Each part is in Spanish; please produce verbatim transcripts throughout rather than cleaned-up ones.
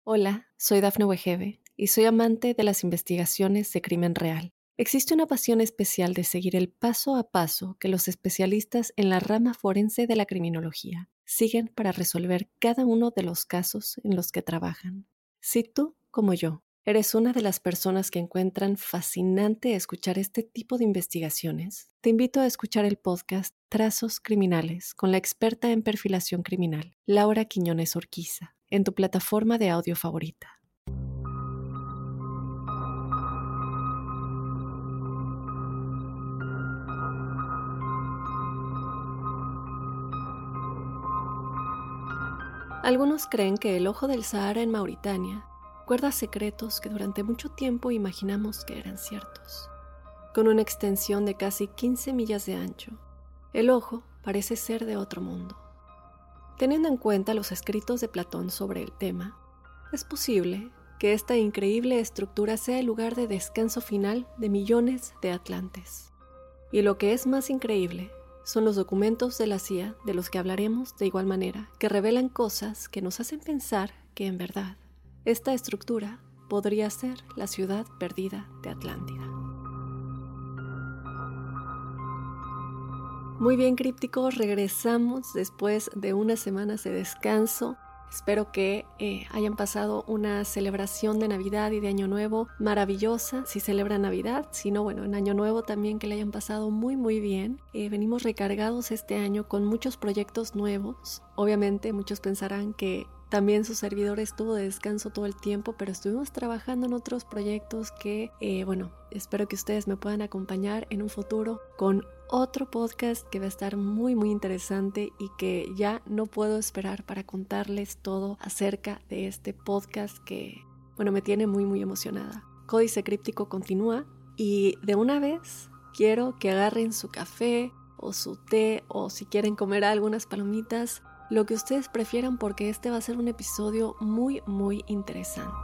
Hola, soy Dafne Wegebe y soy amante de las investigaciones de crimen real. Existe una pasión especial de seguir el paso a paso que los especialistas en la rama forense de la criminología siguen para resolver cada uno de los casos en los que trabajan. Si tú, como yo, eres una de las personas que encuentran fascinante escuchar este tipo de investigaciones, te invito a escuchar el podcast Trazos Criminales con la experta en perfilación criminal, Laura Quiñones Orquiza, en tu plataforma de audio favorita. Algunos creen que el Ojo del Sahara en Mauritania guarda secretos que durante mucho tiempo imaginamos que eran ciertos. Con una extensión de casi quince millas de ancho, el ojo parece ser de otro mundo. Teniendo en cuenta los escritos de Platón sobre el tema, es posible que esta increíble estructura sea el lugar de descanso final de millones de atlantes. Y lo que es más increíble son los documentos de la C I A, de los que hablaremos de igual manera, que revelan cosas que nos hacen pensar que en verdad esta estructura podría ser la ciudad perdida de Atlántida. Muy bien, crípticos, regresamos después de unas semanas de descanso. Espero que eh, hayan pasado una celebración de Navidad y de Año Nuevo maravillosa, si celebran Navidad. Si no, bueno, en Año Nuevo también que le hayan pasado muy muy bien. Eh, venimos recargados este año con muchos proyectos nuevos. Obviamente muchos pensarán que también su servidor estuvo de descanso todo el tiempo, pero estuvimos trabajando en otros proyectos que, eh, bueno, espero que ustedes me puedan acompañar en un futuro con otro podcast que va a estar muy muy interesante y que ya no puedo esperar para contarles todo acerca de este podcast que, bueno, me tiene muy muy emocionada. Códice Críptico continúa y de una vez quiero que agarren su café o su té o si quieren comer algunas palomitas, lo que ustedes prefieran, porque este va a ser un episodio muy muy interesante.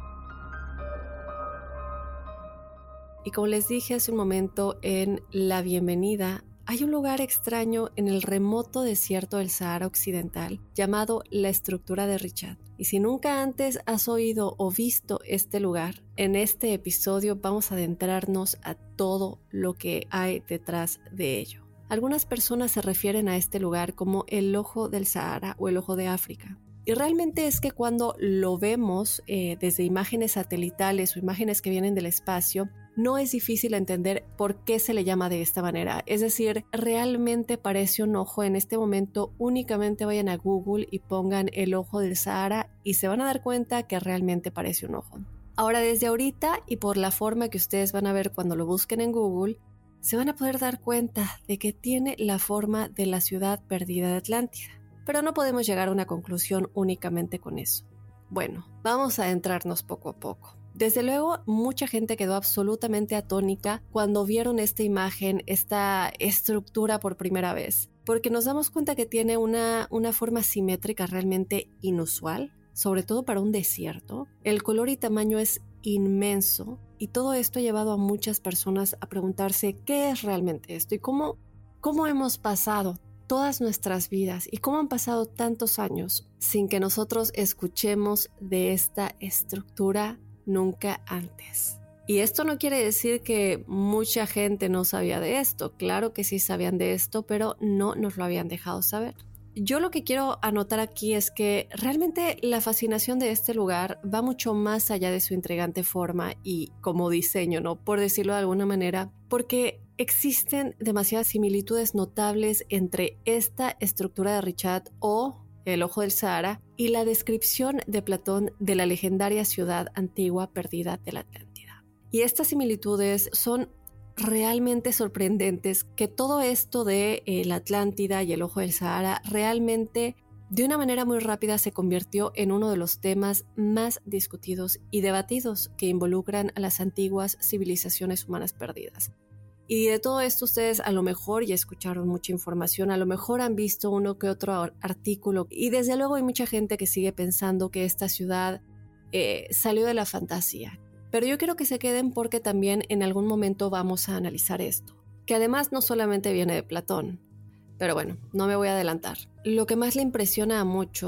Y como les dije hace un momento en la bienvenida, hay un lugar extraño en el remoto desierto del Sahara Occidental llamado la estructura de Richat. Y si nunca antes has oído o visto este lugar, en este episodio vamos a adentrarnos a todo lo que hay detrás de ello. Algunas personas se refieren a este lugar como el Ojo del Sahara o el Ojo de África. Y realmente es que cuando lo vemos eh, desde imágenes satelitales o imágenes que vienen del espacio, no es difícil entender por qué se le llama de esta manera. Es decir, realmente parece un ojo. En este momento únicamente vayan a Google y pongan el Ojo del Sahara y se van a dar cuenta que realmente parece un ojo. Ahora, desde ahorita y por la forma que ustedes van a ver cuando lo busquen en Google, se van a poder dar cuenta de que tiene la forma de la ciudad perdida de Atlántida. Pero no podemos llegar a una conclusión únicamente con eso. Bueno, vamos a adentrarnos poco a poco. Desde luego, mucha gente quedó absolutamente atónica cuando vieron esta imagen, esta estructura por primera vez, porque nos damos cuenta que tiene una, una forma simétrica realmente inusual, sobre todo para un desierto. El color y tamaño es inmenso y todo esto ha llevado a muchas personas a preguntarse qué es realmente esto y cómo, cómo hemos pasado todas nuestras vidas y cómo han pasado tantos años sin que nosotros escuchemos de esta estructura nunca antes. Y esto no quiere decir que mucha gente no sabía de esto. Claro que sí sabían de esto, pero no nos lo habían dejado saber. Yo lo que quiero anotar aquí es que realmente la fascinación de este lugar va mucho más allá de su intrigante forma y como diseño, ¿no? Por decirlo de alguna manera, porque existen demasiadas similitudes notables entre esta estructura de Richat o el Ojo del Sahara y la descripción de Platón de la legendaria ciudad antigua perdida de la Atlántida. Y estas similitudes son realmente sorprendentes, que todo esto de eh, la Atlántida y el Ojo del Sahara realmente de una manera muy rápida se convirtió en uno de los temas más discutidos y debatidos que involucran a las antiguas civilizaciones humanas perdidas. Y de todo esto ustedes a lo mejor ya escucharon mucha información, a lo mejor han visto uno que otro artículo y desde luego hay mucha gente que sigue pensando que esta ciudad eh, salió de la fantasía. Pero yo quiero que se queden porque también en algún momento vamos a analizar esto, que además no solamente viene de Platón. Pero bueno, no me voy a adelantar. Lo que más le impresiona a muchos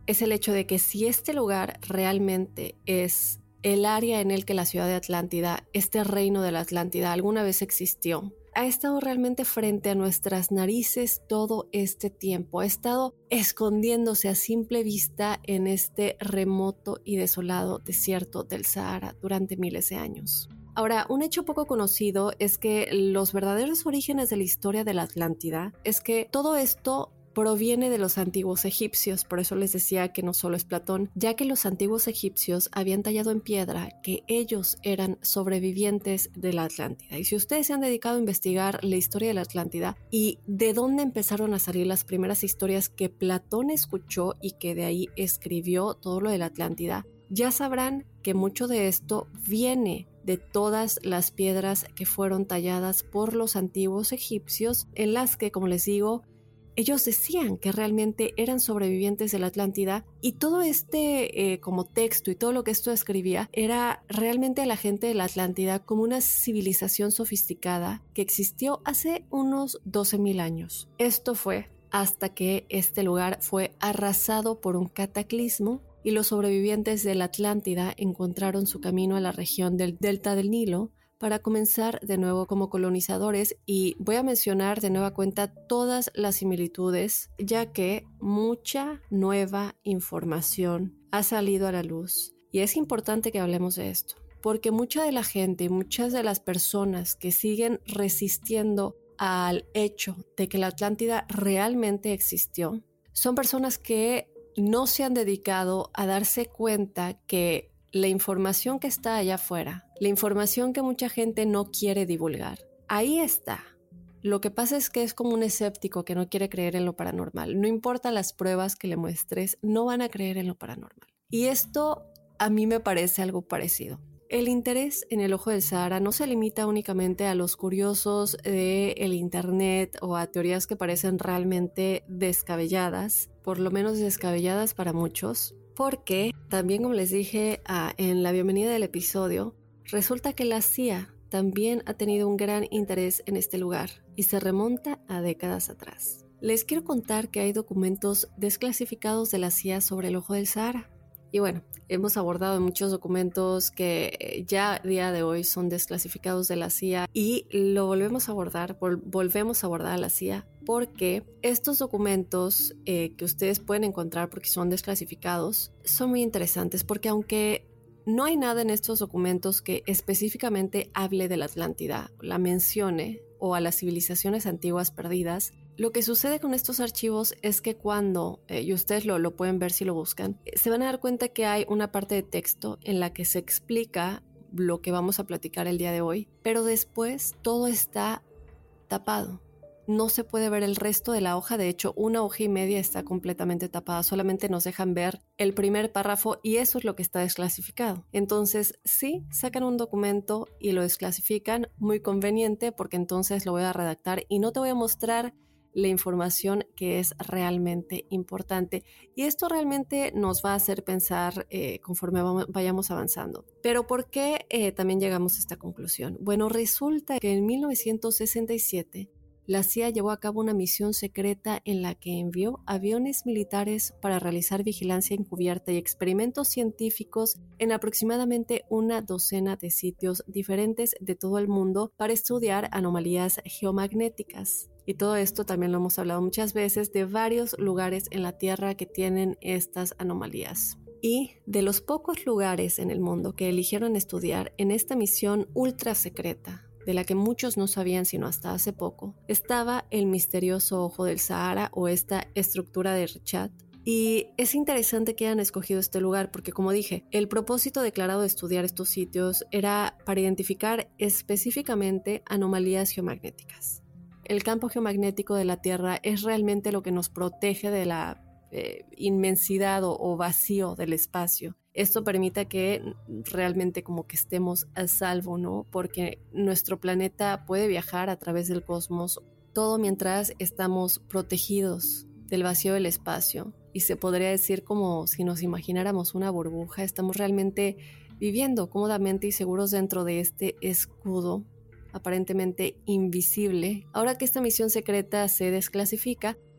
es el hecho de que si este lugar realmente es el área en el que la ciudad de Atlántida, este reino de la Atlántida, alguna vez existió, ha estado realmente frente a nuestras narices todo este tiempo, ha estado escondiéndose a simple vista en este remoto y desolado desierto del Sahara durante miles de años. Ahora, un hecho poco conocido es que los verdaderos orígenes de la historia de la Atlántida es que todo esto proviene de los antiguos egipcios, por eso les decía que no solo es Platón, ya que los antiguos egipcios habían tallado en piedra que ellos eran sobrevivientes de la Atlántida. Y si ustedes se han dedicado a investigar la historia de la Atlántida y de dónde empezaron a salir las primeras historias que Platón escuchó y que de ahí escribió todo lo de la Atlántida, ya sabrán que mucho de esto viene de todas las piedras que fueron talladas por los antiguos egipcios, en las que, como les digo, ellos decían que realmente eran sobrevivientes de la Atlántida, y todo este eh, como texto y todo lo que esto escribía era realmente a la gente de la Atlántida como una civilización sofisticada que existió hace unos doce mil años. Esto fue hasta que este lugar fue arrasado por un cataclismo y los sobrevivientes de la Atlántida encontraron su camino a la región del delta del Nilo para comenzar de nuevo como colonizadores. Y voy a mencionar de nueva cuenta todas las similitudes, ya que mucha nueva información ha salido a la luz y es importante que hablemos de esto, porque mucha de la gente, muchas de las personas que siguen resistiendo al hecho de que la Atlántida realmente existió, son personas que no se han dedicado a darse cuenta que la información que está allá afuera, la información que mucha gente no quiere divulgar, ahí está. Lo que pasa es que es como un escéptico que no quiere creer en lo paranormal. No importa las pruebas que le muestres, no van a creer en lo paranormal. Y esto a mí me parece algo parecido. El interés en el ojo del Sahara no se limita únicamente a los curiosos del internet o a teorías que parecen realmente descabelladas, por lo menos descabelladas para muchos, porque también, como les dije ah, en la bienvenida del episodio, resulta que la C I A también ha tenido un gran interés en este lugar y se remonta a décadas atrás. Les quiero contar que hay documentos desclasificados de la C I A sobre el ojo del Sahara. Y bueno, hemos abordado muchos documentos que ya a día de hoy son desclasificados de la C I A y lo volvemos a abordar, vol- volvemos a abordar a la C I A porque estos documentos eh, que ustedes pueden encontrar porque son desclasificados son muy interesantes, porque aunque no hay nada en estos documentos que específicamente hable de la Atlántida, la mencione o a las civilizaciones antiguas perdidas, lo que sucede con estos archivos es que cuando, eh, y ustedes lo, lo pueden ver si lo buscan, eh, se van a dar cuenta que hay una parte de texto en la que se explica lo que vamos a platicar el día de hoy, pero después todo está tapado. No se puede ver el resto de la hoja, de hecho una hoja y media está completamente tapada, solamente nos dejan ver el primer párrafo y eso es lo que está desclasificado. Entonces sí, sacan un documento y lo desclasifican, muy conveniente porque entonces lo voy a redactar y no te voy a mostrar la información que es realmente importante. Y esto realmente nos va a hacer pensar eh, conforme vamos, vayamos avanzando. Pero ¿por qué eh, también llegamos a esta conclusión? Bueno, resulta que en mil novecientos sesenta y siete la C I A llevó a cabo una misión secreta en la que envió aviones militares para realizar vigilancia encubierta y experimentos científicos en aproximadamente una docena de sitios diferentes de todo el mundo para estudiar anomalías geomagnéticas. Y todo esto también lo hemos hablado muchas veces de varios lugares en la Tierra que tienen estas anomalías. Y de los pocos lugares en el mundo que eligieron estudiar en esta misión ultra secreta, de la que muchos no sabían sino hasta hace poco, estaba el misterioso ojo del Sahara o esta estructura de Richat. Y es interesante que hayan escogido este lugar porque, como dije, el propósito declarado de estudiar estos sitios era para identificar específicamente anomalías geomagnéticas. El campo geomagnético de la Tierra es realmente lo que nos protege de la eh, inmensidad o, o vacío del espacio. Esto permite que realmente como que estemos a salvo, ¿no? Porque nuestro planeta puede viajar a través del cosmos, todo mientras estamos protegidos del vacío del espacio. Y se podría decir como si nos imagináramos una burbuja, estamos realmente viviendo cómodamente y seguros dentro de este escudo aparentemente invisible. Ahora que esta misión secreta se desclasifica,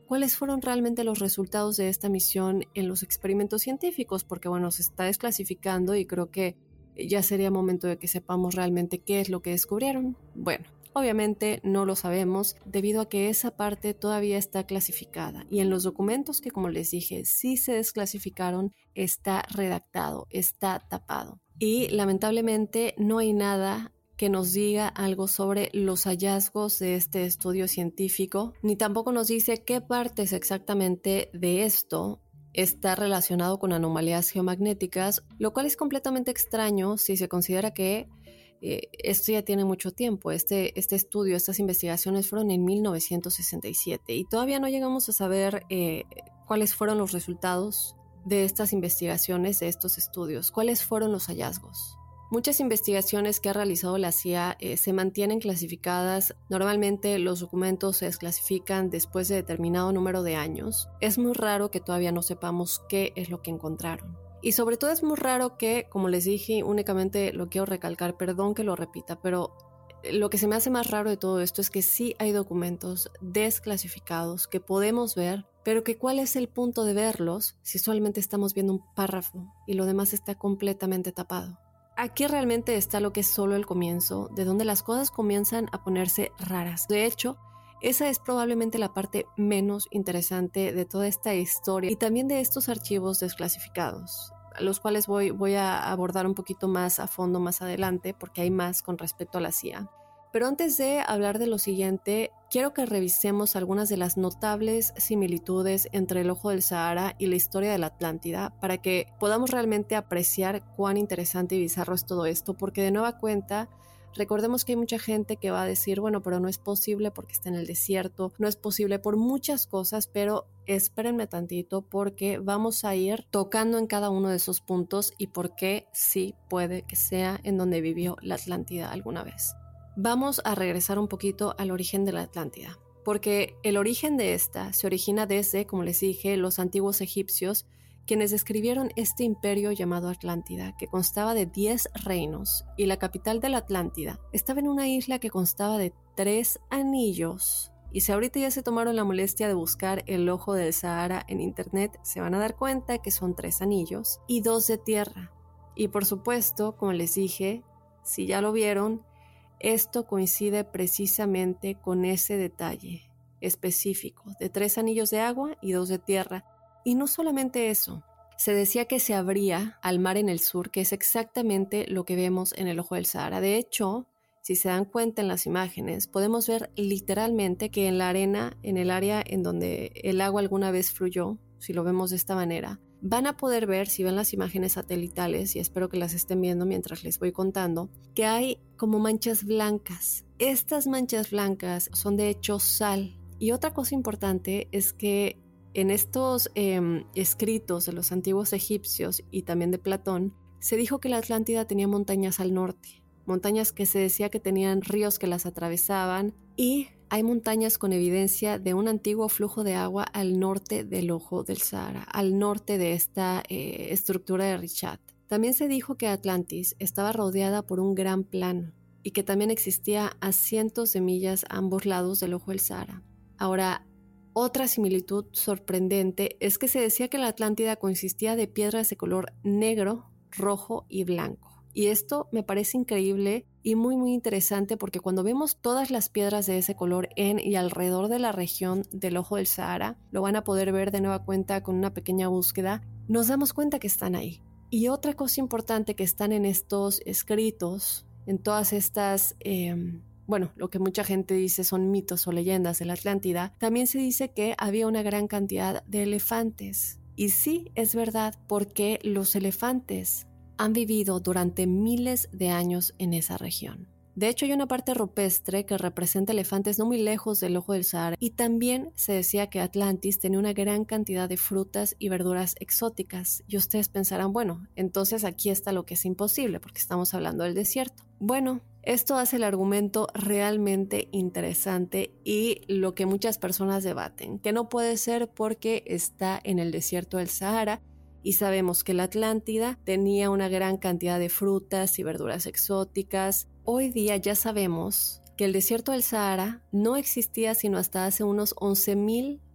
cuáles fueron realmente los resultados de esta misión en los experimentos científicos, porque bueno, se está desclasificando y creo que ya sería momento de que sepamos realmente qué es lo que descubrieron. Bueno, obviamente no lo sabemos debido a que esa parte todavía está clasificada y en los documentos que, como les dije, sí se desclasificaron, está redactado, está tapado. Y lamentablemente no hay nada que nos diga algo sobre los hallazgos de este estudio científico, ni tampoco nos dice qué partes exactamente de esto está relacionado con anomalías geomagnéticas, lo cual es completamente extraño si se considera que eh, esto ya tiene mucho tiempo. Este, este estudio, estas investigaciones fueron en mil novecientos sesenta y siete y todavía no llegamos a saber eh, cuáles fueron los resultados de estas investigaciones, de estos estudios, cuáles fueron los hallazgos. Muchas investigaciones que ha realizado la C I A eh, se mantienen clasificadas. Normalmente los documentos se desclasifican después de determinado número de años. Es muy raro que todavía no sepamos qué es lo que encontraron. Y sobre todo es muy raro que, como les dije, únicamente lo quiero recalcar, perdón que lo repita, pero lo que se me hace más raro de todo esto es que sí hay documentos desclasificados que podemos ver, pero que cuál es el punto de verlos si solamente estamos viendo un párrafo y lo demás está completamente tapado. Aquí realmente está lo que es solo el comienzo, de donde las cosas comienzan a ponerse raras. De hecho, esa es probablemente la parte menos interesante de toda esta historia y también de estos archivos desclasificados, los cuales voy, voy a abordar un poquito más a fondo más adelante porque hay más con respecto a la C I A. Pero antes de hablar de lo siguiente, quiero que revisemos algunas de las notables similitudes entre el Ojo del Sahara y la historia de la Atlántida para que podamos realmente apreciar cuán interesante y bizarro es todo esto, porque de nueva cuenta, recordemos que hay mucha gente que va a decir, bueno, pero no es posible porque está en el desierto, no es posible por muchas cosas, pero espérenme tantito porque vamos a ir tocando en cada uno de esos puntos y por qué sí puede que sea en donde vivió la Atlántida alguna vez. Vamos a regresar un poquito al origen de la Atlántida, porque el origen de esta se origina desde, como les dije, los antiguos egipcios, quienes describieron este imperio llamado Atlántida, que constaba de diez reinos, y la capital de la Atlántida estaba en una isla que constaba de tres anillos. Y si ahorita ya se tomaron la molestia de buscar el Ojo del Sahara en internet, se van a dar cuenta que son tres anillos y dos de tierra. Y por supuesto, como les dije, si ya lo vieron, esto coincide precisamente con ese detalle específico de tres anillos de agua y dos de tierra. Y no solamente eso, se decía que se abría al mar en el sur, que es exactamente lo que vemos en el Ojo del Sahara. De hecho, si se dan cuenta en las imágenes, podemos ver literalmente que en la arena, en el área en donde el agua alguna vez fluyó, si lo vemos de esta manera, van a poder ver, si ven las imágenes satelitales, y espero que las estén viendo mientras les voy contando, que hay como manchas blancas. Estas manchas blancas son de hecho sal. Y otra cosa importante es que en estos eh, escritos de los antiguos egipcios y también de Platón, se dijo que la Atlántida tenía montañas al norte, montañas que se decía que tenían ríos que las atravesaban, y hay montañas con evidencia de un antiguo flujo de agua al norte del Ojo del Sahara, al norte de esta eh, estructura de Richat. También se dijo que Atlantis estaba rodeada por un gran plano y que también existía a cientos de millas a ambos lados del Ojo del Sahara. Ahora, otra similitud sorprendente es que se decía que la Atlántida consistía de piedras de color negro, rojo y blanco. Y esto me parece increíble y muy muy interesante porque cuando vemos todas las piedras de ese color en y alrededor de la región del Ojo del Sahara, lo van a poder ver de nueva cuenta con una pequeña búsqueda, nos damos cuenta que están ahí. Y otra cosa importante que están en estos escritos, en todas estas, eh, bueno, lo que mucha gente dice son mitos o leyendas de la Atlántida, también se dice que había una gran cantidad de elefantes. Y sí, es verdad, porque los elefantes han vivido durante miles de años en esa región. De hecho, hay una parte rupestre que representa elefantes no muy lejos del Ojo del Sahara, y también se decía que Atlantis tenía una gran cantidad de frutas y verduras exóticas. Y ustedes pensarán, bueno, entonces aquí está lo que es imposible, porque estamos hablando del desierto. Bueno, esto hace el argumento realmente interesante y lo que muchas personas debaten, que no puede ser porque está en el desierto del Sahara, y sabemos que la Atlántida tenía una gran cantidad de frutas y verduras exóticas. Hoy día ya sabemos que el desierto del Sahara no existía sino hasta hace unos once mil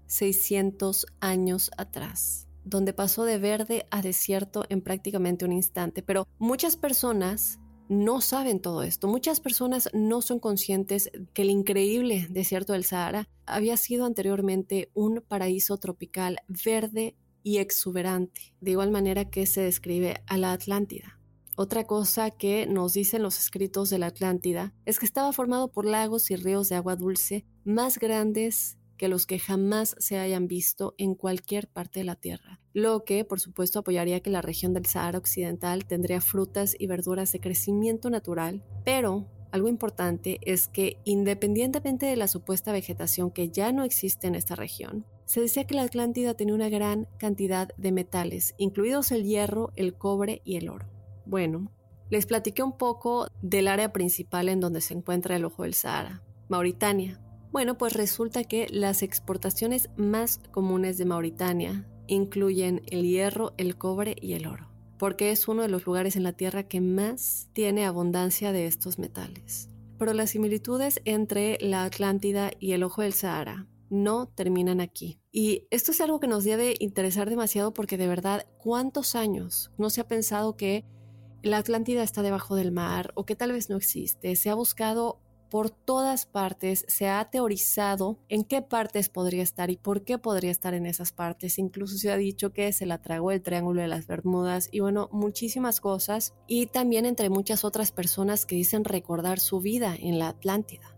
seiscientos años atrás, donde pasó de verde a desierto en prácticamente un instante. Pero muchas personas no saben todo esto. Muchas personas no son conscientes que el increíble desierto del Sahara había sido anteriormente un paraíso tropical verde y exuberante, de igual manera que se describe a la Atlántida. Otra cosa que nos dicen los escritos de la Atlántida es que estaba formado por lagos y ríos de agua dulce más grandes que los que jamás se hayan visto en cualquier parte de la Tierra, lo que por supuesto apoyaría que la región del Sahara Occidental tendría frutas y verduras de crecimiento natural, pero algo importante es que independientemente de la supuesta vegetación que ya no existe en esta región, se decía que la Atlántida tenía una gran cantidad de metales, incluidos el hierro, el cobre y el oro. Bueno, les platiqué un poco del área principal en donde se encuentra el Ojo del Sahara, Mauritania. Bueno, pues resulta que las exportaciones más comunes de Mauritania incluyen el hierro, el cobre y el oro, porque es uno de los lugares en la Tierra que más tiene abundancia de estos metales. Pero las similitudes entre la Atlántida y el Ojo del Sahara no terminan aquí. Y esto es algo que nos debe interesar demasiado porque de verdad, ¿cuántos años no se ha pensado que la Atlántida está debajo del mar o que tal vez no existe? Se ha buscado por todas partes, se ha teorizado en qué partes podría estar y por qué podría estar en esas partes. Incluso se ha dicho que se la tragó el Triángulo de las Bermudas y bueno, muchísimas cosas. Y también entre muchas otras personas que dicen recordar su vida en la Atlántida.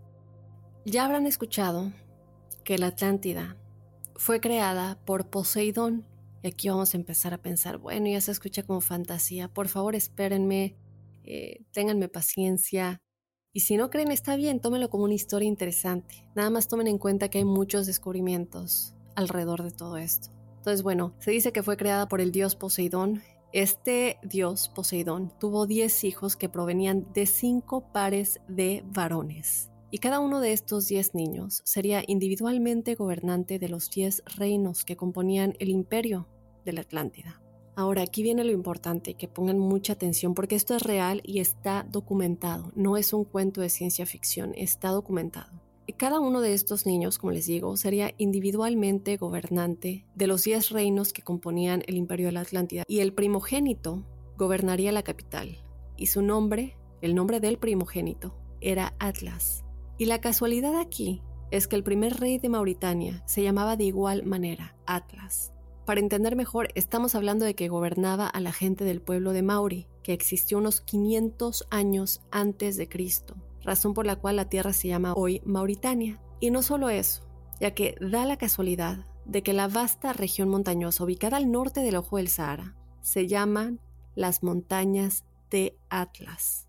Ya habrán escuchado que la Atlántida fue creada por Poseidón. Y aquí vamos a empezar a pensar, bueno, ya se escucha como fantasía. Por favor, espérenme, eh, ténganme paciencia. Y si no creen, está bien, tómenlo como una historia interesante. Nada más tomen en cuenta que hay muchos descubrimientos alrededor de todo esto. Entonces, bueno, se dice que fue creada por el dios Poseidón. Este dios, Poseidón, tuvo diez hijos que provenían de cinco pares de varones. Y cada uno de estos diez niños sería individualmente gobernante de los diez reinos que componían el imperio de la Atlántida. Ahora, aquí viene lo importante, que pongan mucha atención porque esto es real y está documentado. No es un cuento de ciencia ficción, está documentado. Y cada uno de estos niños, como les digo, sería individualmente gobernante de los diez reinos que componían el imperio de la Atlántida. Y el primogénito gobernaría la capital. Y su nombre, el nombre del primogénito, era Atlas. Y la casualidad aquí es que el primer rey de Mauritania se llamaba de igual manera, Atlas. Para entender mejor, estamos hablando de que gobernaba a la gente del pueblo de Mauri, que existió unos quinientos años antes de Cristo, razón por la cual la tierra se llama hoy Mauritania. Y no solo eso, ya que da la casualidad de que la vasta región montañosa ubicada al norte del Ojo del Sahara se llaman las montañas de Atlas.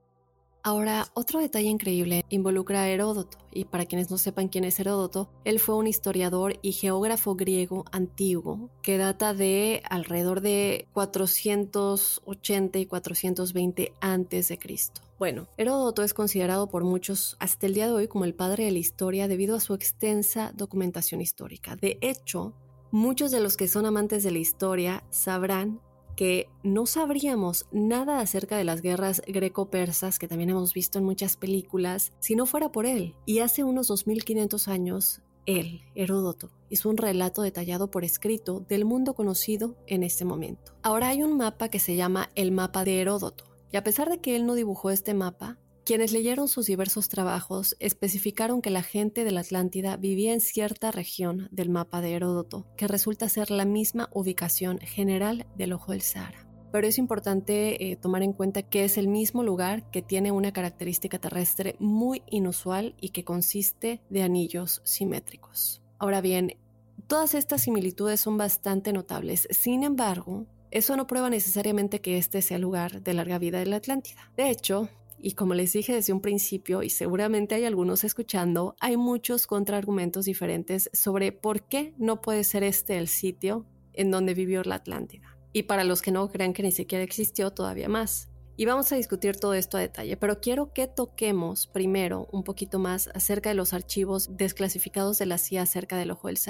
Ahora, otro detalle increíble involucra a Heródoto, y para quienes no sepan quién es Heródoto, él fue un historiador y geógrafo griego antiguo que data de alrededor de cuatrocientos ochenta y cuatrocientos veinte antes de Cristo. Bueno, Heródoto es considerado por muchos hasta el día de hoy como el padre de la historia debido a su extensa documentación histórica. De hecho, muchos de los que son amantes de la historia sabrán que no sabríamos nada acerca de las guerras greco-persas que también hemos visto en muchas películas si no fuera por él. Y hace unos dos mil quinientos años, él, Heródoto, hizo un relato detallado por escrito del mundo conocido en este momento. Ahora hay un mapa que se llama el mapa de Heródoto, y a pesar de que él no dibujó este mapa, quienes leyeron sus diversos trabajos especificaron que la gente de la Atlántida vivía en cierta región del mapa de Heródoto, que resulta ser la misma ubicación general del Ojo del Sahara. Pero es importante eh, tomar en cuenta que es el mismo lugar que tiene una característica terrestre muy inusual y que consiste de anillos simétricos. Ahora bien, todas estas similitudes son bastante notables. Sin embargo, eso no prueba necesariamente que este sea el lugar de larga vida de la Atlántida. De hecho, y como les dije desde un principio, y seguramente hay algunos escuchando, hay muchos contraargumentos diferentes sobre por qué no puede ser este el sitio en donde vivió la Atlántida. Y para los que no crean que ni siquiera existió, todavía más. Y vamos a discutir todo esto a detalle, pero quiero que toquemos primero un poquito más acerca de los archivos desclasificados de la C I A acerca del Ojo del Sahara.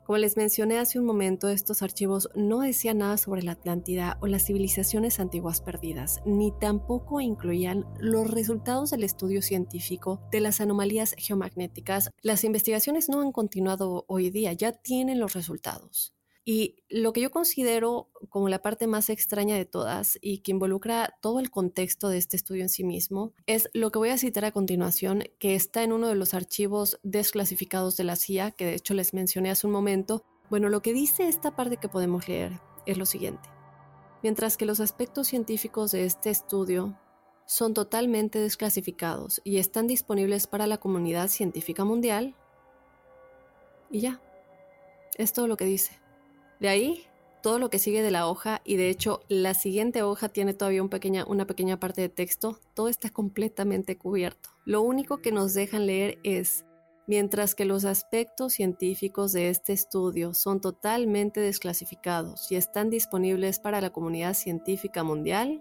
Como les mencioné hace un momento, estos archivos no decían nada sobre la Atlántida o las civilizaciones antiguas perdidas, ni tampoco incluían los resultados del estudio científico de las anomalías geomagnéticas. Las investigaciones no han continuado hoy día, ya tienen los resultados. Y lo que yo considero como la parte más extraña de todas y que involucra todo el contexto de este estudio en sí mismo es lo que voy a citar a continuación, que está en uno de los archivos desclasificados de la C I A, que de hecho les mencioné hace un momento. Bueno, lo que dice esta parte que podemos leer es lo siguiente. Mientras que los aspectos científicos de este estudio son totalmente desclasificados y están disponibles para la comunidad científica mundial, y ya, es todo lo que dice. De ahí, todo lo que sigue de la hoja, y de hecho la siguiente hoja tiene todavía un pequeña, una pequeña parte de texto, todo está completamente cubierto. Lo único que nos dejan leer es, mientras que los aspectos científicos de este estudio son totalmente desclasificados y están disponibles para la comunidad científica mundial,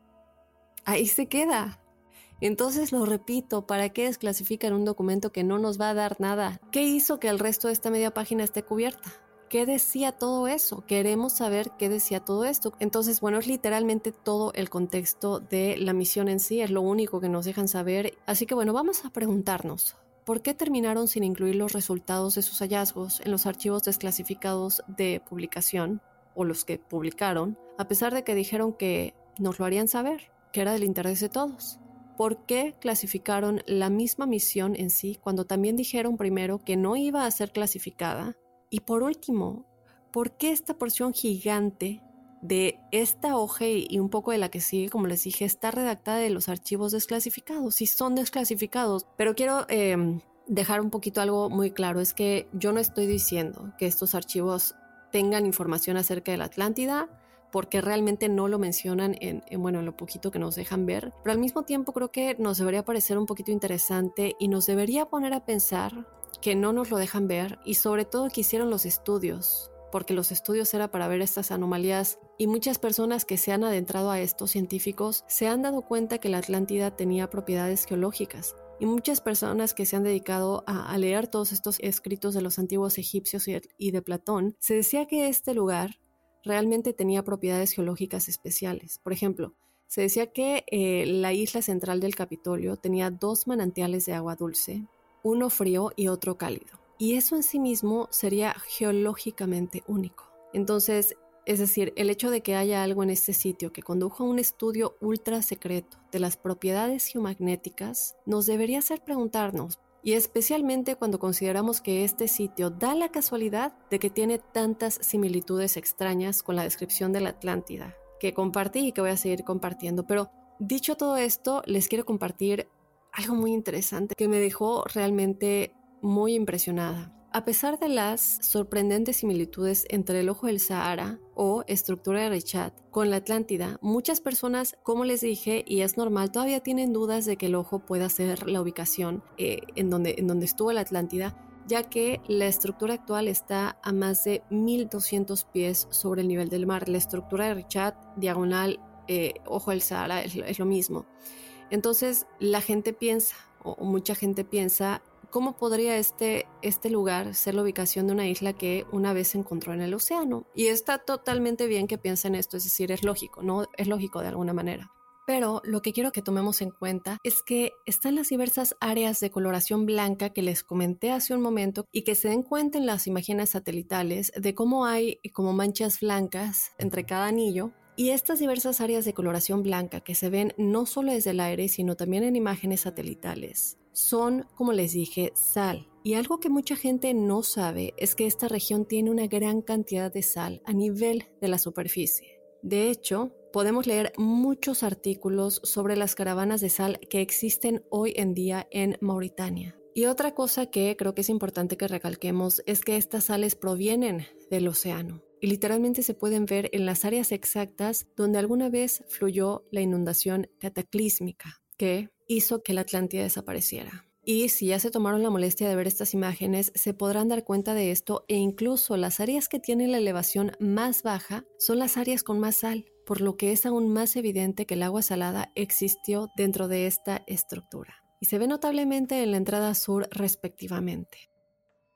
ahí se queda. Entonces lo repito, ¿para qué desclasifican un documento que no nos va a dar nada? ¿Qué hizo que el resto de esta media página esté cubierta? ¿Qué decía todo eso? Queremos saber qué decía todo esto. Entonces, bueno, es literalmente todo el contexto de la misión en sí, es lo único que nos dejan saber. Así que bueno, vamos a preguntarnos, ¿por qué terminaron sin incluir los resultados de sus hallazgos en los archivos desclasificados de publicación, o los que publicaron, a pesar de que dijeron que nos lo harían saber, que era del interés de todos? ¿Por qué clasificaron la misma misión en sí cuando también dijeron primero que no iba a ser clasificada? Y por último, ¿por qué esta porción gigante de esta hoja y un poco de la que sigue, como les dije, está redactada de los archivos desclasificados? Sí son desclasificados, pero quiero eh, dejar un poquito algo muy claro. Es que yo no estoy diciendo que estos archivos tengan información acerca de la Atlántida, porque realmente no lo mencionan en, en, bueno, en lo poquito que nos dejan ver. Pero al mismo tiempo creo que nos debería parecer un poquito interesante y nos debería poner a pensar que no nos lo dejan ver, y sobre todo que hicieron los estudios, porque los estudios era para ver estas anomalías, y muchas personas que se han adentrado a estos científicos se han dado cuenta que la Atlántida tenía propiedades geológicas, y muchas personas que se han dedicado a, a leer todos estos escritos de los antiguos egipcios y, y de Platón, se decía que este lugar realmente tenía propiedades geológicas especiales. Por ejemplo, se decía que eh, la isla central del Capitolio tenía dos manantiales de agua dulce, uno frío y otro cálido. Y eso en sí mismo sería geológicamente único. Entonces, es decir, el hecho de que haya algo en este sitio que condujo a un estudio ultra secreto de las propiedades geomagnéticas nos debería hacer preguntarnos, y especialmente cuando consideramos que este sitio da la casualidad de que tiene tantas similitudes extrañas con la descripción de la Atlántida, que compartí y que voy a seguir compartiendo. Pero dicho todo esto, les quiero compartir algo muy interesante que me dejó realmente muy impresionada. A pesar de las sorprendentes similitudes entre el Ojo del Sahara o estructura de Richat con la Atlántida, muchas personas, como les dije, y es normal, todavía tienen dudas de que el ojo pueda ser la ubicación eh, en, donde, en donde estuvo la Atlántida, ya que la estructura actual está a más de mil doscientos pies sobre el nivel del mar. La estructura de Richat, diagonal, eh, Ojo del Sahara, es, es lo mismo. Entonces la gente piensa, o mucha gente piensa, ¿cómo podría este, este lugar ser la ubicación de una isla que una vez se encontró en el océano? Y está totalmente bien que piensen esto, es decir, es lógico, ¿no? Es lógico de alguna manera. Pero lo que quiero que tomemos en cuenta es que están las diversas áreas de coloración blanca que les comenté hace un momento, y que se den cuenta en las imágenes satelitales de cómo hay como manchas blancas entre cada anillo. Y estas diversas áreas de coloración blanca que se ven no solo desde el aire, sino también en imágenes satelitales, son, como les dije, sal. Y algo que mucha gente no sabe es que esta región tiene una gran cantidad de sal a nivel de la superficie. De hecho, podemos leer muchos artículos sobre las caravanas de sal que existen hoy en día en Mauritania. Y otra cosa que creo que es importante que recalquemos es que estas sales provienen del océano. Y literalmente se pueden ver en las áreas exactas donde alguna vez fluyó la inundación cataclísmica que hizo que la Atlántida desapareciera. Y si ya se tomaron la molestia de ver estas imágenes, se podrán dar cuenta de esto, e incluso las áreas que tienen la elevación más baja son las áreas con más sal, por lo que es aún más evidente que el agua salada existió dentro de esta estructura. Y se ve notablemente en la entrada sur respectivamente.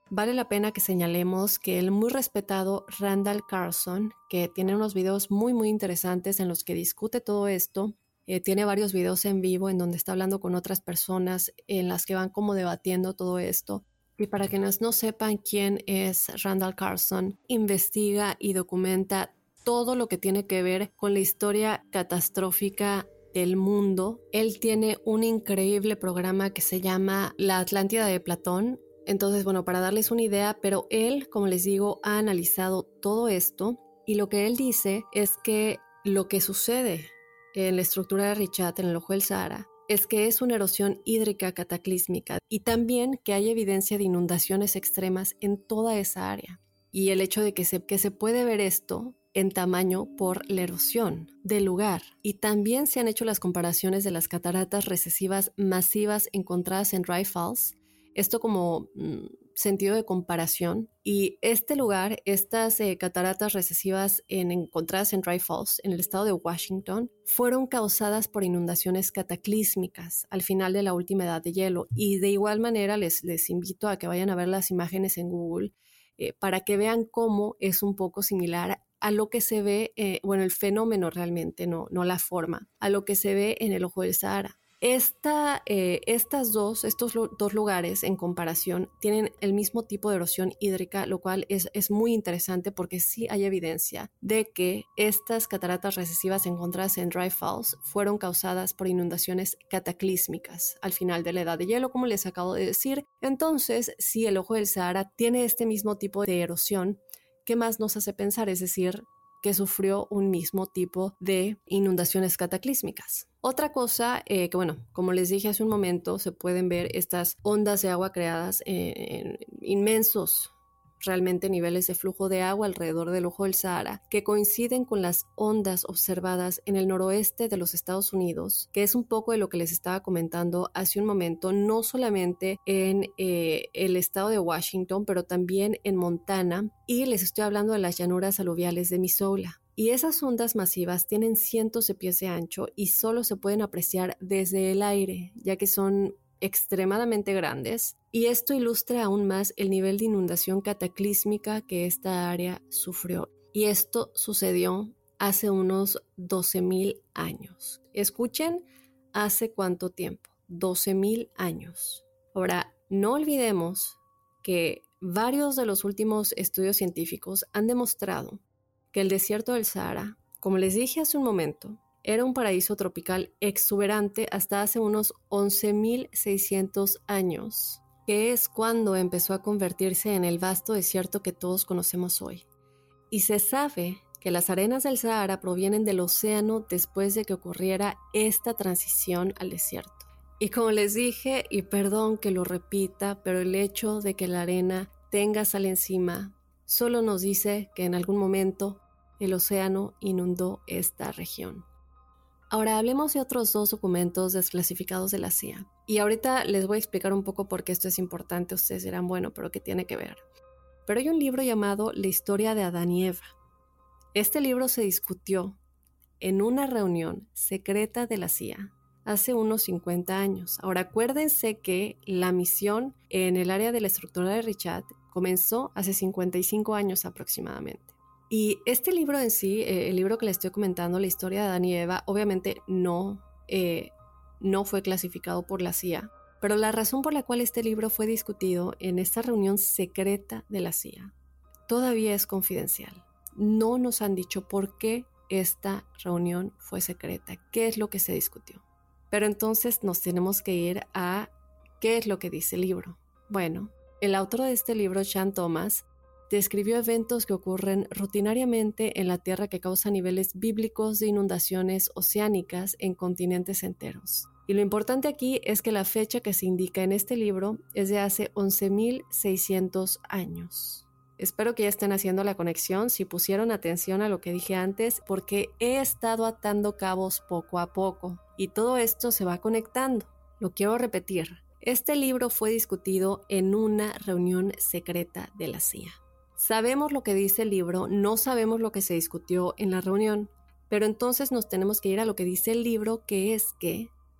Vale la pena que señalemos que el muy respetado Randall Carlson, que tiene unos videos muy muy interesantes en los que discute todo esto, eh, tiene varios videos en vivo en donde está hablando con otras personas en las que van como debatiendo todo esto. Y para quienes no sepan quién es Randall Carlson, investiga y documenta todo lo que tiene que ver con la historia catastrófica del mundo. Él tiene un increíble programa que se llama La Atlántida de Platón. Entonces, bueno, para darles una idea, pero él, como les digo, ha analizado todo esto y lo que él dice es que lo que sucede en la estructura de Richat, en el ojo del Sahara, es que es una erosión hídrica cataclísmica y también que hay evidencia de inundaciones extremas en toda esa área. Y el hecho de que se, que se puede ver esto en tamaño por la erosión del lugar. Y también se han hecho las comparaciones de las cataratas recesivas masivas encontradas en Dry Falls, esto como mmm, sentido de comparación. Y este lugar, estas eh, cataratas recesivas en, encontradas en Dry Falls, en el estado de Washington, fueron causadas por inundaciones cataclísmicas al final de la última edad de hielo. Y de igual manera les, les invito a que vayan a ver las imágenes en Google eh, para que vean cómo es un poco similar a lo que se ve, eh, bueno, el fenómeno realmente, no, no la forma, a lo que se ve en el ojo del Sahara. Esta, eh, estas dos, estos lo, dos lugares en comparación tienen el mismo tipo de erosión hídrica, lo cual es, es muy interesante porque sí hay evidencia de que estas cataratas recesivas encontradas en Dry Falls fueron causadas por inundaciones cataclísmicas al final de la edad de hielo, como les acabo de decir. Entonces, si el ojo del Sahara tiene este mismo tipo de erosión, ¿qué más nos hace pensar? Es decir, que sufrió un mismo tipo de inundaciones cataclísmicas. Otra cosa eh, que, bueno, como les dije hace un momento, se pueden ver estas ondas de agua creadas en, en inmensos realmente niveles de flujo de agua alrededor del ojo del Sahara, que coinciden con las ondas observadas en el noroeste de los Estados Unidos, que es un poco de lo que les estaba comentando hace un momento, no solamente en eh, el estado de Washington, pero también en Montana, y les estoy hablando de las llanuras aluviales de Missoula. Y esas ondas masivas tienen cientos de pies de ancho y solo se pueden apreciar desde el aire, ya que son extremadamente grandes, y esto ilustra aún más el nivel de inundación cataclísmica que esta área sufrió. Y esto sucedió hace unos doce mil años. Escuchen, ¿hace cuánto tiempo? doce mil años. Ahora, no olvidemos que varios de los últimos estudios científicos han demostrado que el desierto del Sahara, como les dije hace un momento, era un paraíso tropical exuberante hasta hace unos once mil seiscientos años, que es cuando empezó a convertirse en el vasto desierto que todos conocemos hoy. Y se sabe que las arenas del Sahara provienen del océano después de que ocurriera esta transición al desierto. Y como les dije, y perdón que lo repita, pero el hecho de que la arena tenga sal encima solo nos dice que en algún momento el océano inundó esta región. Ahora hablemos de otros dos documentos desclasificados de la C I A. Y ahorita les voy a explicar un poco por qué esto es importante. Ustedes dirán, bueno, pero ¿qué tiene que ver? Pero hay un libro llamado La historia de Adán y Eva. Este libro se discutió en una reunión secreta de la C I A hace unos cincuenta años. Ahora acuérdense que la misión en el área de la estructura de Richat comenzó hace cincuenta y cinco años aproximadamente. Y este libro en sí, eh, el libro que les estoy comentando, La historia de Adán y Eva, obviamente no, eh, no fue clasificado por la C I A, pero la razón por la cual este libro fue discutido en esta reunión secreta de la C I A todavía es confidencial. No nos han dicho por qué esta reunión fue secreta, qué es lo que se discutió. Pero entonces nos tenemos que ir a qué es lo que dice el libro. Bueno, el autor de este libro, Sean Thomas, describió eventos que ocurren rutinariamente en la Tierra que causan niveles bíblicos de inundaciones oceánicas en continentes enteros. Y lo importante aquí es que la fecha que se indica en este libro es de hace once mil seiscientos años. Espero que ya estén haciendo la conexión, si pusieron atención a lo que dije antes, porque he estado atando cabos poco a poco y todo esto se va conectando. Lo quiero repetir. Este libro fue discutido en una reunión secreta de la C I A. Sabemos lo que dice el libro, no sabemos lo que se discutió en la reunión, pero entonces nos tenemos que ir a lo que dice el libro, que es que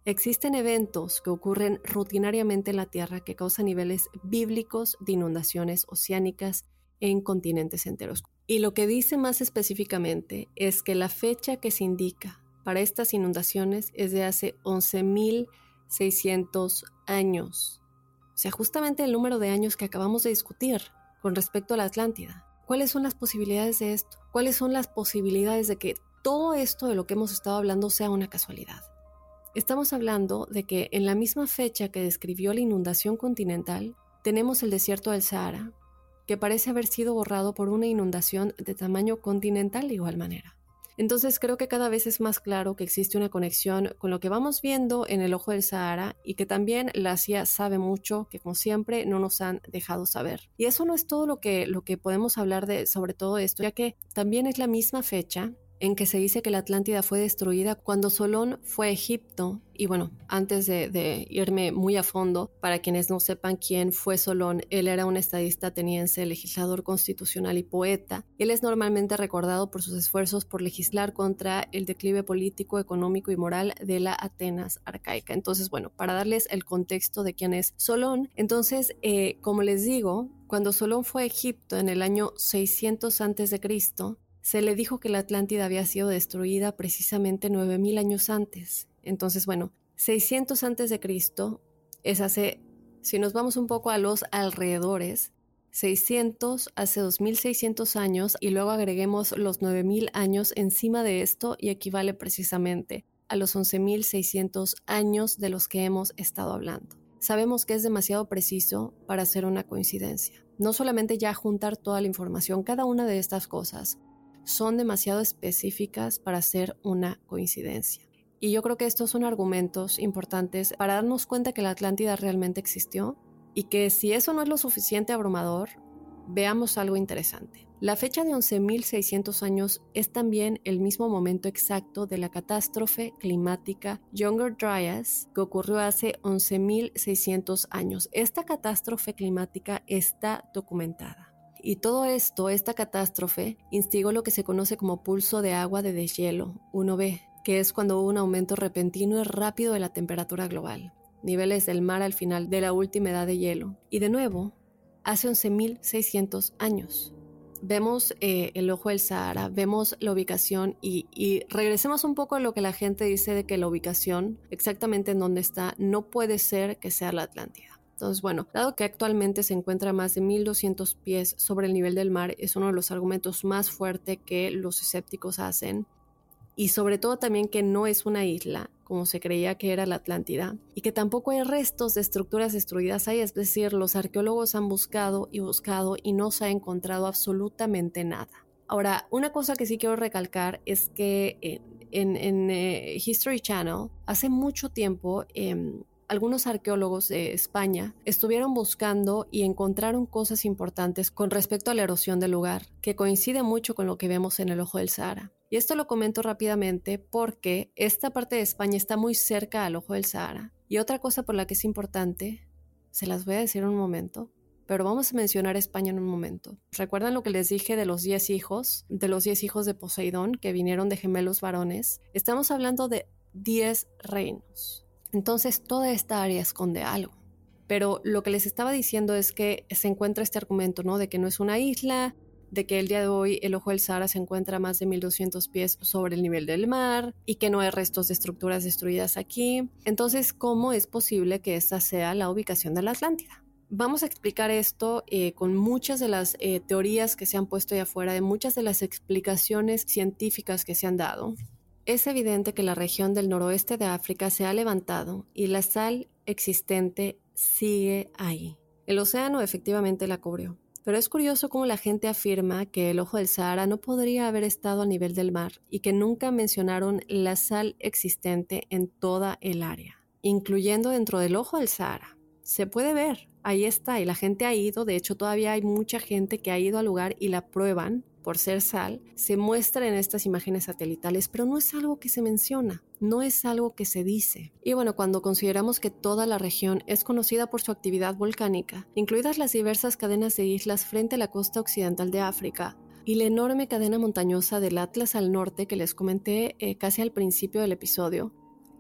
Existen eventos que ocurren rutinariamente en la Tierra que causan niveles bíblicos de inundaciones oceánicas en continentes enteros. Y lo que dice más específicamente es que la fecha que se indica para estas inundaciones es de hace once mil seiscientos años. O sea, justamente el número de años que acabamos de discutir con respecto a la Atlántida. ¿Cuáles son las posibilidades de esto? ¿Cuáles son las posibilidades de que todo esto de lo que hemos estado hablando sea una casualidad? Estamos hablando de que en la misma fecha que describió la inundación continental, tenemos el desierto del Sahara, que parece haber sido borrado por una inundación de tamaño continental de igual manera. Entonces creo que cada vez es más claro que existe una conexión con lo que vamos viendo en el ojo del Sahara y que también la C I A sabe mucho, que como siempre no nos han dejado saber. Y eso no es todo lo que, lo que podemos hablar de sobre todo esto, ya que también es la misma fecha en que se dice que la Atlántida fue destruida cuando Solón fue a Egipto. Y bueno, antes de, de irme muy a fondo, para quienes no sepan quién fue Solón, él era un estadista ateniense, legislador constitucional y poeta. Él es normalmente recordado por sus esfuerzos por legislar contra el declive político, económico y moral de la Atenas arcaica. Entonces, bueno, para darles el contexto de quién es Solón, entonces, eh, como les digo, cuando Solón fue a Egipto en el año seiscientos antes de Cristo, se le dijo que la Atlántida había sido destruida precisamente nueve mil años antes. Entonces, bueno, seiscientos antes de Cristo es hace, si nos vamos un poco a los alrededores, seiscientos hace dos mil seiscientos años y luego agreguemos los nueve mil años encima de esto y equivale precisamente a los once mil seiscientos años de los que hemos estado hablando. Sabemos que es demasiado preciso para hacer una coincidencia. No solamente ya juntar toda la información, cada una de estas cosas son demasiado específicas para hacer una coincidencia. Y yo creo que estos son argumentos importantes para darnos cuenta que la Atlántida realmente existió y que si eso no es lo suficiente abrumador, veamos algo interesante. La fecha de once mil seiscientos años es también el mismo momento exacto de la catástrofe climática Younger Dryas que ocurrió hace once mil seiscientos años. Esta catástrofe climática está documentada. Y todo esto, esta catástrofe, instigó lo que se conoce como pulso de agua de deshielo, uno be, que es cuando hubo un aumento repentino y rápido de la temperatura global, niveles del mar al final de la última edad de hielo. Y de nuevo, hace once mil seiscientos años. Vemos eh, el ojo del Sahara, vemos la ubicación y, y regresemos un poco a lo que la gente dice de que la ubicación, exactamente en dónde está, no puede ser que sea la Atlántida. Entonces, bueno, dado que actualmente se encuentra a más de mil doscientos pies sobre el nivel del mar, es uno de los argumentos más fuertes que los escépticos hacen. Y sobre todo también que no es una isla, como se creía que era la Atlántida, y que tampoco hay restos de estructuras destruidas ahí, es decir, los arqueólogos han buscado y buscado y no se ha encontrado absolutamente nada. Ahora, una cosa que sí quiero recalcar es que en, en, en eh, History Channel, hace mucho tiempo, eh, algunos arqueólogos de España estuvieron buscando y encontraron cosas importantes con respecto a la erosión del lugar, que coincide mucho con lo que vemos en el ojo del Sahara. Y esto lo comento rápidamente porque esta parte de España está muy cerca al ojo del Sahara. Y otra cosa por la que es importante, se las voy a decir en un momento, pero vamos a mencionar España en un momento. ¿Recuerdan lo que les dije de los diez hijos? De los diez hijos de Poseidón que vinieron de gemelos varones. Estamos hablando de diez reinos. Entonces toda esta área esconde algo. Pero lo que les estaba diciendo es que se encuentra este argumento, ¿no? De que no es una isla, de que el día de hoy el ojo del Sahara se encuentra a más de mil doscientos pies sobre el nivel del mar y que no hay restos de estructuras destruidas aquí. Entonces, ¿cómo es posible que esta sea la ubicación de la Atlántida? Vamos a explicar esto eh, con muchas de las eh, teorías que se han puesto allá afuera, de muchas de las explicaciones científicas que se han dado. Es evidente que la región del noroeste de África se ha levantado y la sal existente sigue ahí. El océano efectivamente la cubrió, pero es curioso cómo la gente afirma que el ojo del Sahara no podría haber estado a nivel del mar y que nunca mencionaron la sal existente en toda el área, incluyendo dentro del ojo del Sahara. Se puede ver, ahí está, y la gente ha ido, de hecho todavía hay mucha gente que ha ido al lugar y la prueban por ser sal, se muestra en estas imágenes satelitales, pero no es algo que se menciona, no es algo que se dice. Y bueno, cuando consideramos que toda la región es conocida por su actividad volcánica, incluidas las diversas cadenas de islas frente a la costa occidental de África, y la enorme cadena montañosa del Atlas al norte que les comenté eh, casi al principio del episodio,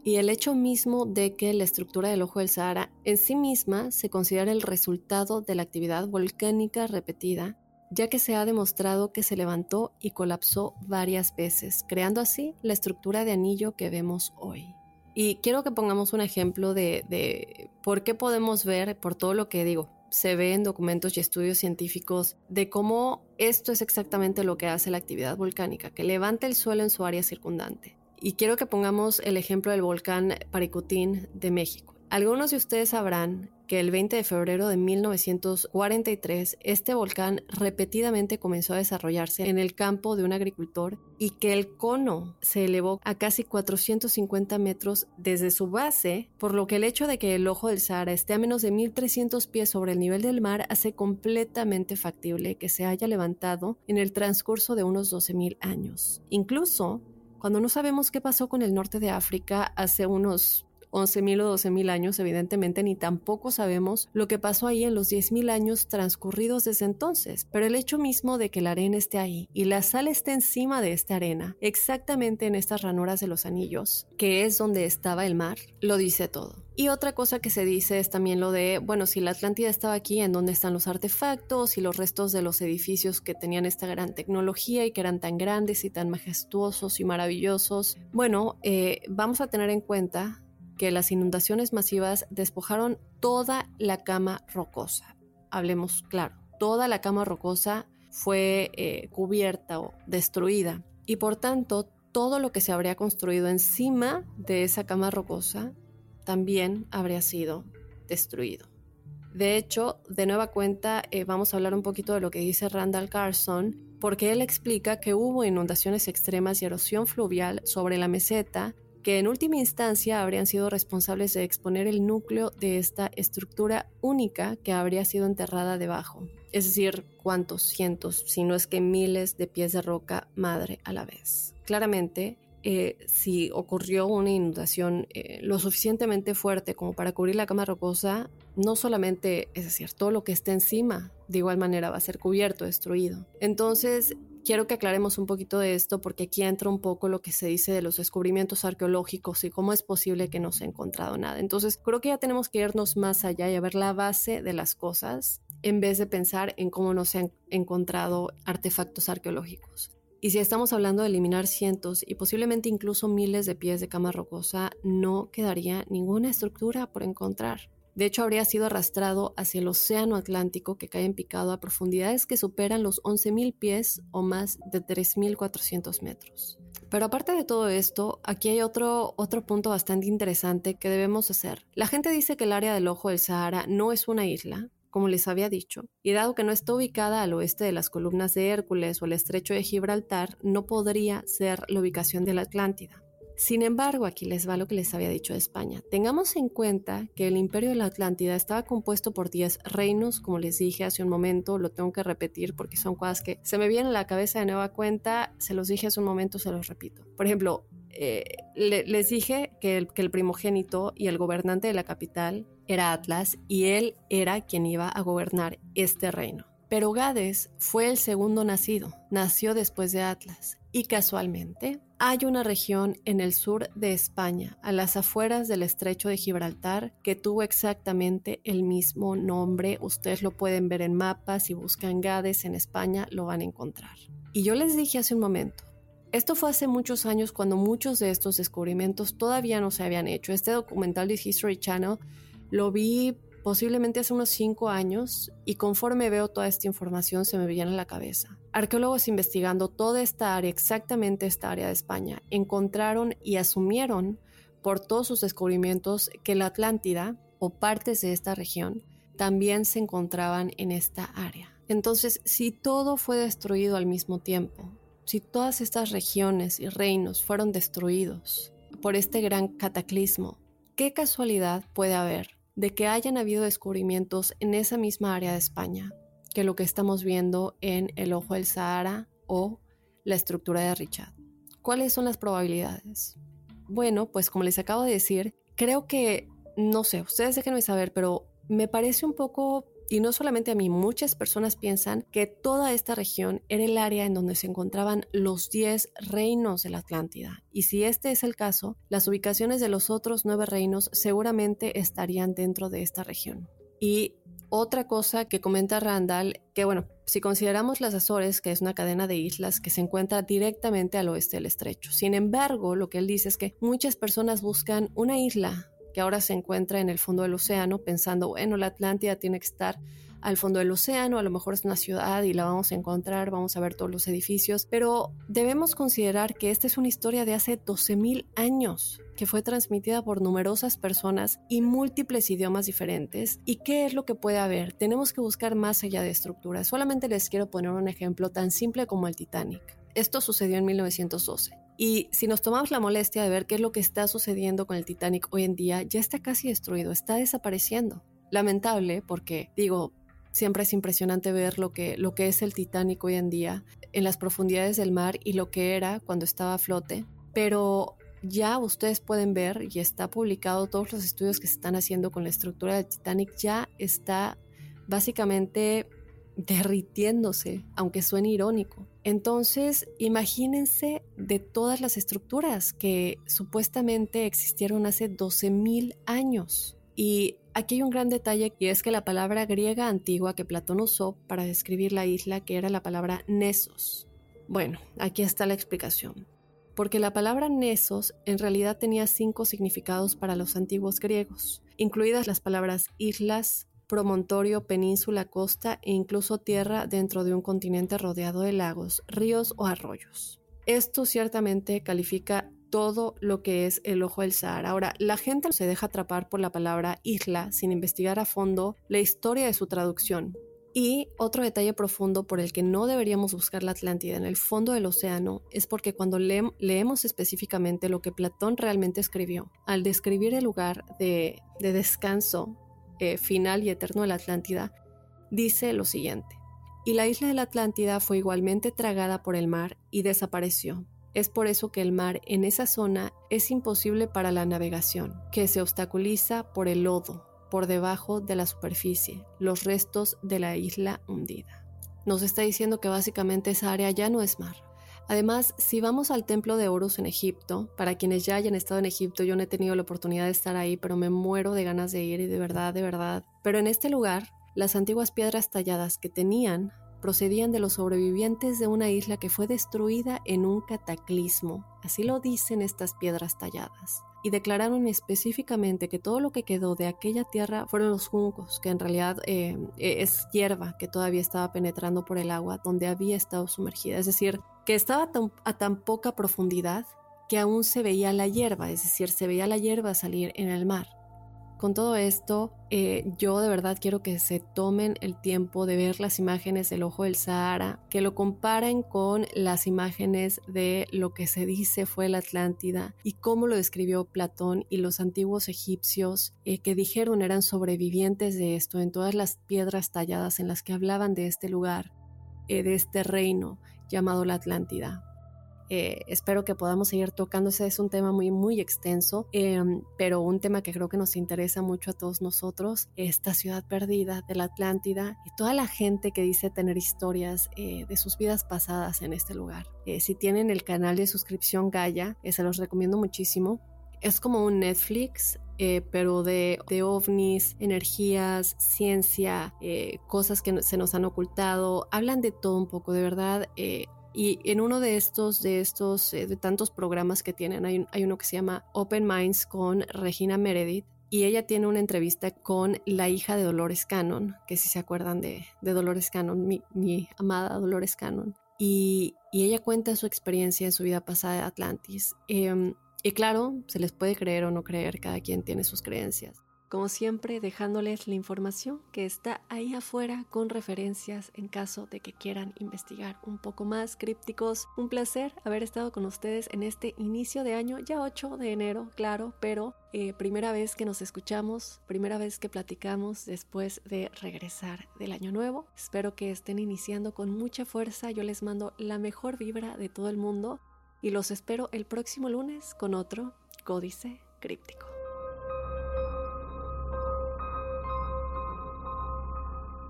y el hecho mismo de que la estructura del Ojo del Sahara en sí misma se considera el resultado de la actividad volcánica repetida, ya que se ha demostrado que se levantó y colapsó varias veces, creando así la estructura de anillo que vemos hoy. Y quiero que pongamos un ejemplo de, de por qué podemos ver, por todo lo que digo, se ve en documentos y estudios científicos de cómo esto es exactamente lo que hace la actividad volcánica, que levanta el suelo en su área circundante. Y quiero que pongamos el ejemplo del volcán Paricutín de México. Algunos de ustedes sabrán que el veinte de febrero de mil novecientos cuarenta y tres este volcán repetidamente comenzó a desarrollarse en el campo de un agricultor y que el cono se elevó a casi cuatrocientos cincuenta metros desde su base, por lo que el hecho de que el Ojo del Sahara esté a menos de mil trescientos pies sobre el nivel del mar hace completamente factible que se haya levantado en el transcurso de unos doce mil años. Incluso cuando no sabemos qué pasó con el norte de África hace unos once mil o doce mil años, evidentemente, ni tampoco sabemos lo que pasó ahí en los diez mil años transcurridos desde entonces. Pero el hecho mismo de que la arena esté ahí y la sal esté encima de esta arena, exactamente en estas ranuras de los anillos, que es donde estaba el mar, lo dice todo. Y otra cosa que se dice es también lo de, bueno, si la Atlántida estaba aquí, ¿en dónde están los artefactos y los restos de los edificios que tenían esta gran tecnología y que eran tan grandes y tan majestuosos y maravillosos? Bueno, eh, vamos a tener en cuenta que las inundaciones masivas despojaron toda la cama rocosa. Hablemos claro, toda la cama rocosa fue eh, cubierta o destruida y por tanto todo lo que se habría construido encima de esa cama rocosa también habría sido destruido. De hecho, de nueva cuenta, eh, vamos a hablar un poquito de lo que dice Randall Carlson, porque él explica que hubo inundaciones extremas y erosión fluvial sobre la meseta que en última instancia habrían sido responsables de exponer el núcleo de esta estructura única que habría sido enterrada debajo. Es decir, cuántos cientos, si no es que miles de pies de roca madre a la vez. Claramente, eh, si ocurrió una inundación eh, lo suficientemente fuerte como para cubrir la cama rocosa, no solamente, es decir, todo lo que esté encima, de igual manera va a ser cubierto, destruido. Entonces, quiero que aclaremos un poquito de esto porque aquí entra un poco lo que se dice de los descubrimientos arqueológicos y cómo es posible que no se ha encontrado nada. Entonces, creo que ya tenemos que irnos más allá y a ver la base de las cosas en vez de pensar en cómo no se han encontrado artefactos arqueológicos. Y si estamos hablando de eliminar cientos y posiblemente incluso miles de pies de cama rocosa, no quedaría ninguna estructura por encontrar. De hecho, habría sido arrastrado hacia el océano Atlántico que cae en picado a profundidades que superan los once mil pies o más de tres mil cuatrocientos metros. Pero aparte de todo esto, aquí hay otro, otro punto bastante interesante que debemos hacer. La gente dice que el área del Ojo del Sahara no es una isla, como les había dicho, y dado que no está ubicada al oeste de las columnas de Hércules o el estrecho de Gibraltar, no podría ser la ubicación de la Atlántida. Sin embargo, aquí les va lo que les había dicho de España. Tengamos en cuenta que el Imperio de la Atlántida estaba compuesto por diez reinos, como les dije hace un momento, lo tengo que repetir porque son cosas que se me vienen a la cabeza de nueva cuenta, se los dije hace un momento, se los repito. Por ejemplo, eh, le, les dije que el, que el primogénito y el gobernante de la capital era Atlas y él era quien iba a gobernar este reino. Pero Gades fue el segundo nacido, nació después de Atlas y casualmente hay una región en el sur de España, a las afueras del estrecho de Gibraltar, que tuvo exactamente el mismo nombre. Ustedes lo pueden ver en mapas, si buscan Gades en España lo van a encontrar. Y yo les dije hace un momento, esto fue hace muchos años cuando muchos de estos descubrimientos todavía no se habían hecho. Este documental de History Channel lo vi posiblemente hace unos cinco años y conforme veo toda esta información se me viene a la cabeza. Arqueólogos investigando toda esta área, exactamente esta área de España, encontraron y asumieron por todos sus descubrimientos que la Atlántida o partes de esta región también se encontraban en esta área. Entonces, si todo fue destruido al mismo tiempo, si todas estas regiones y reinos fueron destruidos por este gran cataclismo, ¿qué casualidad puede haber de que hayan habido descubrimientos en esa misma área de España que lo que estamos viendo en el Ojo del Sahara o la estructura de Richat? ¿Cuáles son las probabilidades? Bueno, pues como les acabo de decir, creo que, no sé, ustedes déjenme saber, pero me parece un poco Y no solamente a mí, muchas personas piensan que toda esta región era el área en donde se encontraban los diez reinos de la Atlántida. Y si este es el caso, las ubicaciones de los otros nueve reinos seguramente estarían dentro de esta región. Y otra cosa que comenta Randall, que bueno, si consideramos las Azores, que es una cadena de islas que se encuentra directamente al oeste del estrecho. Sin embargo, lo que él dice es que muchas personas buscan una isla que ahora se encuentra en el fondo del océano, pensando, bueno, la Atlántida tiene que estar al fondo del océano, a lo mejor es una ciudad y la vamos a encontrar, vamos a ver todos los edificios, pero debemos considerar que esta es una historia de hace doce mil años, que fue transmitida por numerosas personas y múltiples idiomas diferentes. ¿Y qué es lo que puede haber? Tenemos que buscar más allá de estructuras. Solamente les quiero poner un ejemplo tan simple como el Titanic. Esto sucedió en mil novecientos doce. Y si nos tomamos la molestia de ver qué es lo que está sucediendo con el Titanic hoy en día, ya está casi destruido, está desapareciendo. Lamentable, porque digo, siempre es impresionante ver lo que, lo que es el Titanic hoy en día en las profundidades del mar y lo que era cuando estaba a flote. Pero ya ustedes pueden ver, y está publicado, todos los estudios que se están haciendo con la estructura del Titanic ya está básicamente derritiéndose, aunque suene irónico. Entonces, imagínense de todas las estructuras que supuestamente existieron hace doce mil años. Y aquí hay un gran detalle, y es que la palabra griega antigua que Platón usó para describir la isla, que era la palabra Nesos. Bueno, aquí está la explicación. Porque la palabra Nesos en realidad tenía cinco significados para los antiguos griegos, incluidas las palabras islas, promontorio, península, costa e incluso tierra dentro de un continente rodeado de lagos, ríos o arroyos. Esto ciertamente califica todo lo que es el ojo del Sahara. Ahora, la gente se deja atrapar por la palabra isla sin investigar a fondo la historia de su traducción. Y otro detalle profundo por el que no deberíamos buscar la Atlántida en el fondo del océano es porque cuando le- leemos específicamente lo que Platón realmente escribió, al describir el lugar de, de descanso eh, final y eterno de la Atlántida, dice lo siguiente: y la isla de la Atlántida fue igualmente tragada por el mar y desapareció. Es por eso que el mar en esa zona es imposible para la navegación, que se obstaculiza por el lodo por debajo de la superficie, los restos de la isla hundida. Nos está diciendo que básicamente esa área ya no es mar. Además, si vamos al templo de Horus en Egipto, para quienes ya hayan estado en Egipto, yo no he tenido la oportunidad de estar ahí, pero me muero de ganas de ir, y de verdad, de verdad. Pero en este lugar, las antiguas piedras talladas que tenían procedían de los sobrevivientes de una isla que fue destruida en un cataclismo. Así lo dicen estas piedras talladas. Y declararon específicamente que todo lo que quedó de aquella tierra fueron los juncos, que en realidad eh, es hierba que todavía estaba penetrando por el agua donde había estado sumergida. Es decir, que estaba tan, a tan poca profundidad que aún se veía la hierba, es decir, se veía la hierba salir en el mar. Con todo esto, eh, yo de verdad quiero que se tomen el tiempo de ver las imágenes del ojo del Sahara, que lo comparen con las imágenes de lo que se dice fue la Atlántida y cómo lo describió Platón y los antiguos egipcios eh, que dijeron eran sobrevivientes de esto, en todas las piedras talladas en las que hablaban de este lugar, eh, de este reino llamado la Atlántida. Eh, espero que podamos seguir tocando. Ese es un tema muy muy extenso, eh, pero un tema que creo que nos interesa mucho a todos nosotros, esta ciudad perdida de la Atlántida y toda la gente que dice tener historias eh, de sus vidas pasadas en este lugar. Eh, si tienen el canal de suscripción Gaia, eh, se los recomiendo muchísimo. Es como un Netflix, eh, pero de, de ovnis, energías, ciencia, eh, cosas que se nos han ocultado. Hablan de todo un poco, de verdad. eh, Y en uno de estos, de estos, eh, de tantos programas que tienen, hay, hay uno que se llama Open Minds con Regina Meredith, y ella tiene una entrevista con la hija de Dolores Cannon, que si se acuerdan de, de Dolores Cannon, mi, mi amada Dolores Cannon, y, y ella cuenta su experiencia en su vida pasada de Atlantis. Eh, y claro, se les puede creer o no creer, cada quien tiene sus creencias. Como siempre, dejándoles la información que está ahí afuera con referencias en caso de que quieran investigar un poco más. Crípticos, un placer haber estado con ustedes en este inicio de año, ya ocho de enero, claro, pero eh, primera vez que nos escuchamos, primera vez que platicamos después de regresar del año nuevo. Espero que estén iniciando con mucha fuerza. Yo les mando la mejor vibra de todo el mundo y los espero el próximo lunes con otro Códice Críptico.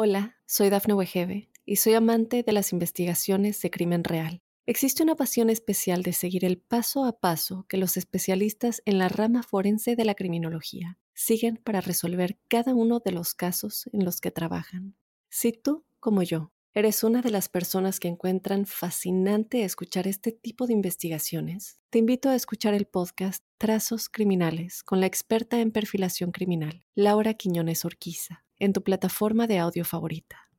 Hola, soy Dafne Wegebe y soy amante de las investigaciones de crimen real. Existe una pasión especial de seguir el paso a paso que los especialistas en la rama forense de la criminología siguen para resolver cada uno de los casos en los que trabajan. Si tú, como yo, eres una de las personas que encuentran fascinante escuchar este tipo de investigaciones, te invito a escuchar el podcast Trazos Criminales con la experta en perfilación criminal, Laura Quiñones Orquiza, en tu plataforma de audio favorita.